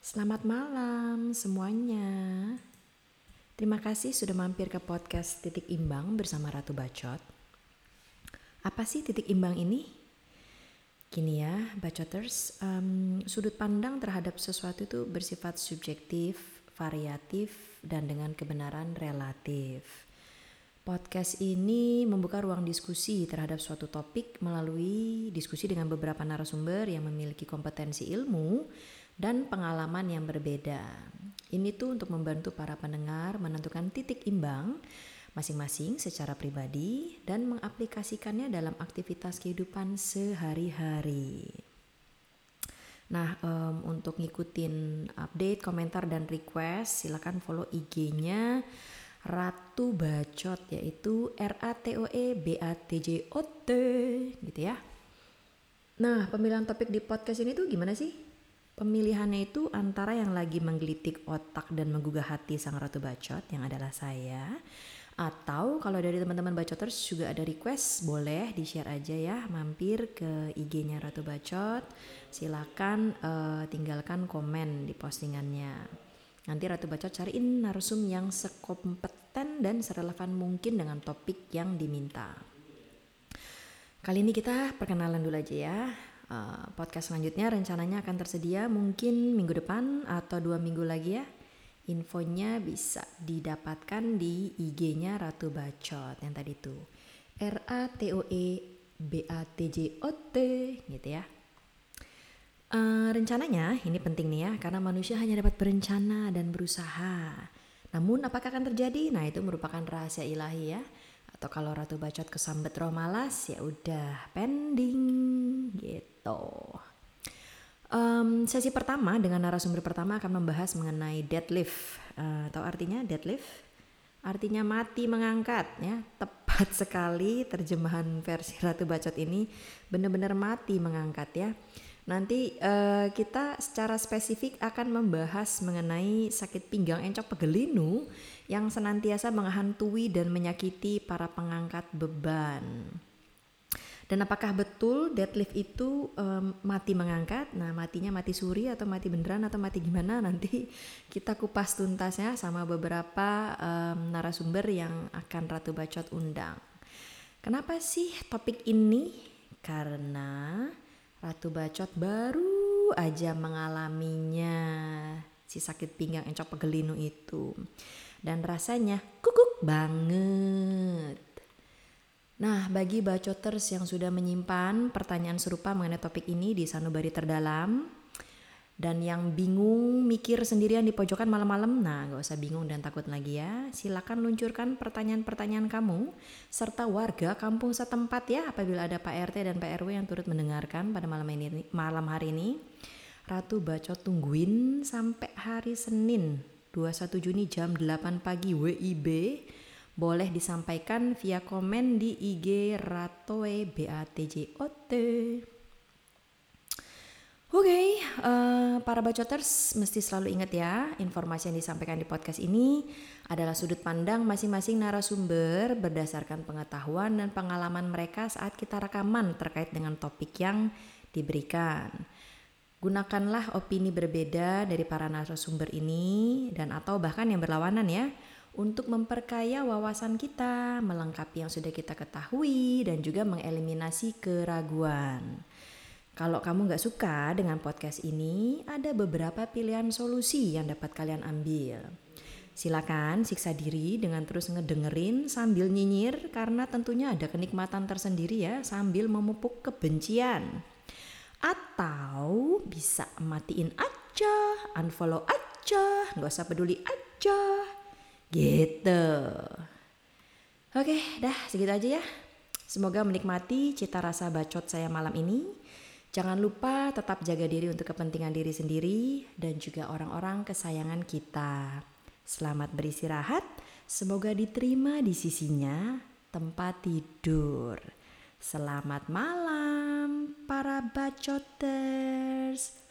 Selamat malam semuanya. Terima kasih sudah mampir ke podcast Titik Imbang bersama Ratu Bacot. Apa sih titik imbang ini? Gini ya, Bacoters, sudut pandang terhadap sesuatu itu bersifat subjektif, variatif, dan dengan kebenaran relatif. Podcast ini membuka ruang diskusi terhadap suatu topik melalui diskusi dengan beberapa narasumber yang memiliki kompetensi ilmu dan pengalaman yang berbeda. Ini tuh untuk membantu para pendengar menentukan titik imbang masing-masing secara pribadi dan mengaplikasikannya dalam aktivitas kehidupan sehari-hari. Nah, untuk ngikutin update, komentar, dan request, silakan follow IG-nya Ratu Bacot, yaitu RATOE BATJOT gitu ya. Nah, pemilihan topik di podcast ini tuh gimana sih? Pemilihannya itu antara yang lagi menggelitik otak dan menggugah hati sang Ratu Bacot yang adalah saya, atau kalau dari teman-teman Bacoters juga ada request, boleh di-share aja ya, mampir ke IG-nya Ratu Bacot. Silakan tinggalkan komen di postingannya. Nanti Ratu Bacot cariin narsum yang sekompeten dan serelevan mungkin dengan topik yang diminta. Kali ini kita perkenalan dulu aja ya. Podcast selanjutnya rencananya akan tersedia mungkin minggu depan atau 2 minggu lagi ya. Infonya bisa didapatkan di IG-nya Ratu Bacot yang tadi tuh. RATOEBATJOT gitu ya. Rencananya ini penting nih ya, karena manusia hanya dapat berencana dan berusaha. Namun apakah akan terjadi? Nah, itu merupakan rahasia ilahi ya. Atau kalau Ratu Bacot kesambet roh malas, ya udah pending gitu. Sesi pertama dengan narasumber pertama akan membahas mengenai deadlift. Tahu artinya deadlift? Artinya mati mengangkat ya. Tepat sekali terjemahan versi Ratu Bacot ini, benar-benar mati mengangkat ya. Nanti kita secara spesifik akan membahas mengenai sakit pinggang encok pegelinu yang senantiasa menghantui dan menyakiti para pengangkat beban. Dan apakah betul deadlift itu mati mengangkat? Nah, matinya mati suri atau mati beneran atau mati gimana? Nanti kita kupas tuntasnya sama beberapa narasumber yang akan Ratu Bacot undang. Kenapa sih topik ini? Karena Ratu Bacot baru aja mengalaminya, si sakit pinggang encok pegelinu itu. Dan rasanya kukuk banget. Nah, bagi bacoters yang sudah menyimpan pertanyaan serupa mengenai topik ini di sanubari terdalam dan yang bingung mikir sendirian di pojokan malam-malam, nah gak usah bingung dan takut lagi ya. Silakan luncurkan pertanyaan-pertanyaan kamu serta warga kampung setempat ya, apabila ada Pak RT dan Pak RW yang turut mendengarkan pada malam hari ini. Ratu Bacot tungguin sampai hari Senin 21 Juni jam 8 pagi WIB. Boleh disampaikan via komen di IG Ratoe BATJOT. Oke, para bacoters mesti selalu ingat ya, informasi yang disampaikan di podcast ini adalah sudut pandang masing-masing narasumber berdasarkan pengetahuan dan pengalaman mereka saat kita rekaman terkait dengan topik yang diberikan. Gunakanlah opini berbeda dari para narasumber ini dan atau bahkan yang berlawanan ya, untuk memperkaya wawasan kita, melengkapi yang sudah kita ketahui dan juga mengeliminasi keraguan. Kalau kamu gak suka dengan podcast ini, ada beberapa pilihan solusi yang dapat kalian ambil. Silakan siksa diri dengan terus ngedengerin sambil nyinyir, karena tentunya ada kenikmatan tersendiri ya sambil memupuk kebencian. Atau bisa matiin aja, unfollow aja, gak usah peduli aja. Gitu. Oke, dah segitu aja ya. Semoga menikmati cita rasa bacot saya malam ini. Jangan lupa tetap jaga diri untuk kepentingan diri sendiri dan juga orang-orang kesayangan kita. Selamat beristirahat, semoga diterima di sisinya tempat tidur. Selamat malam para bacoters.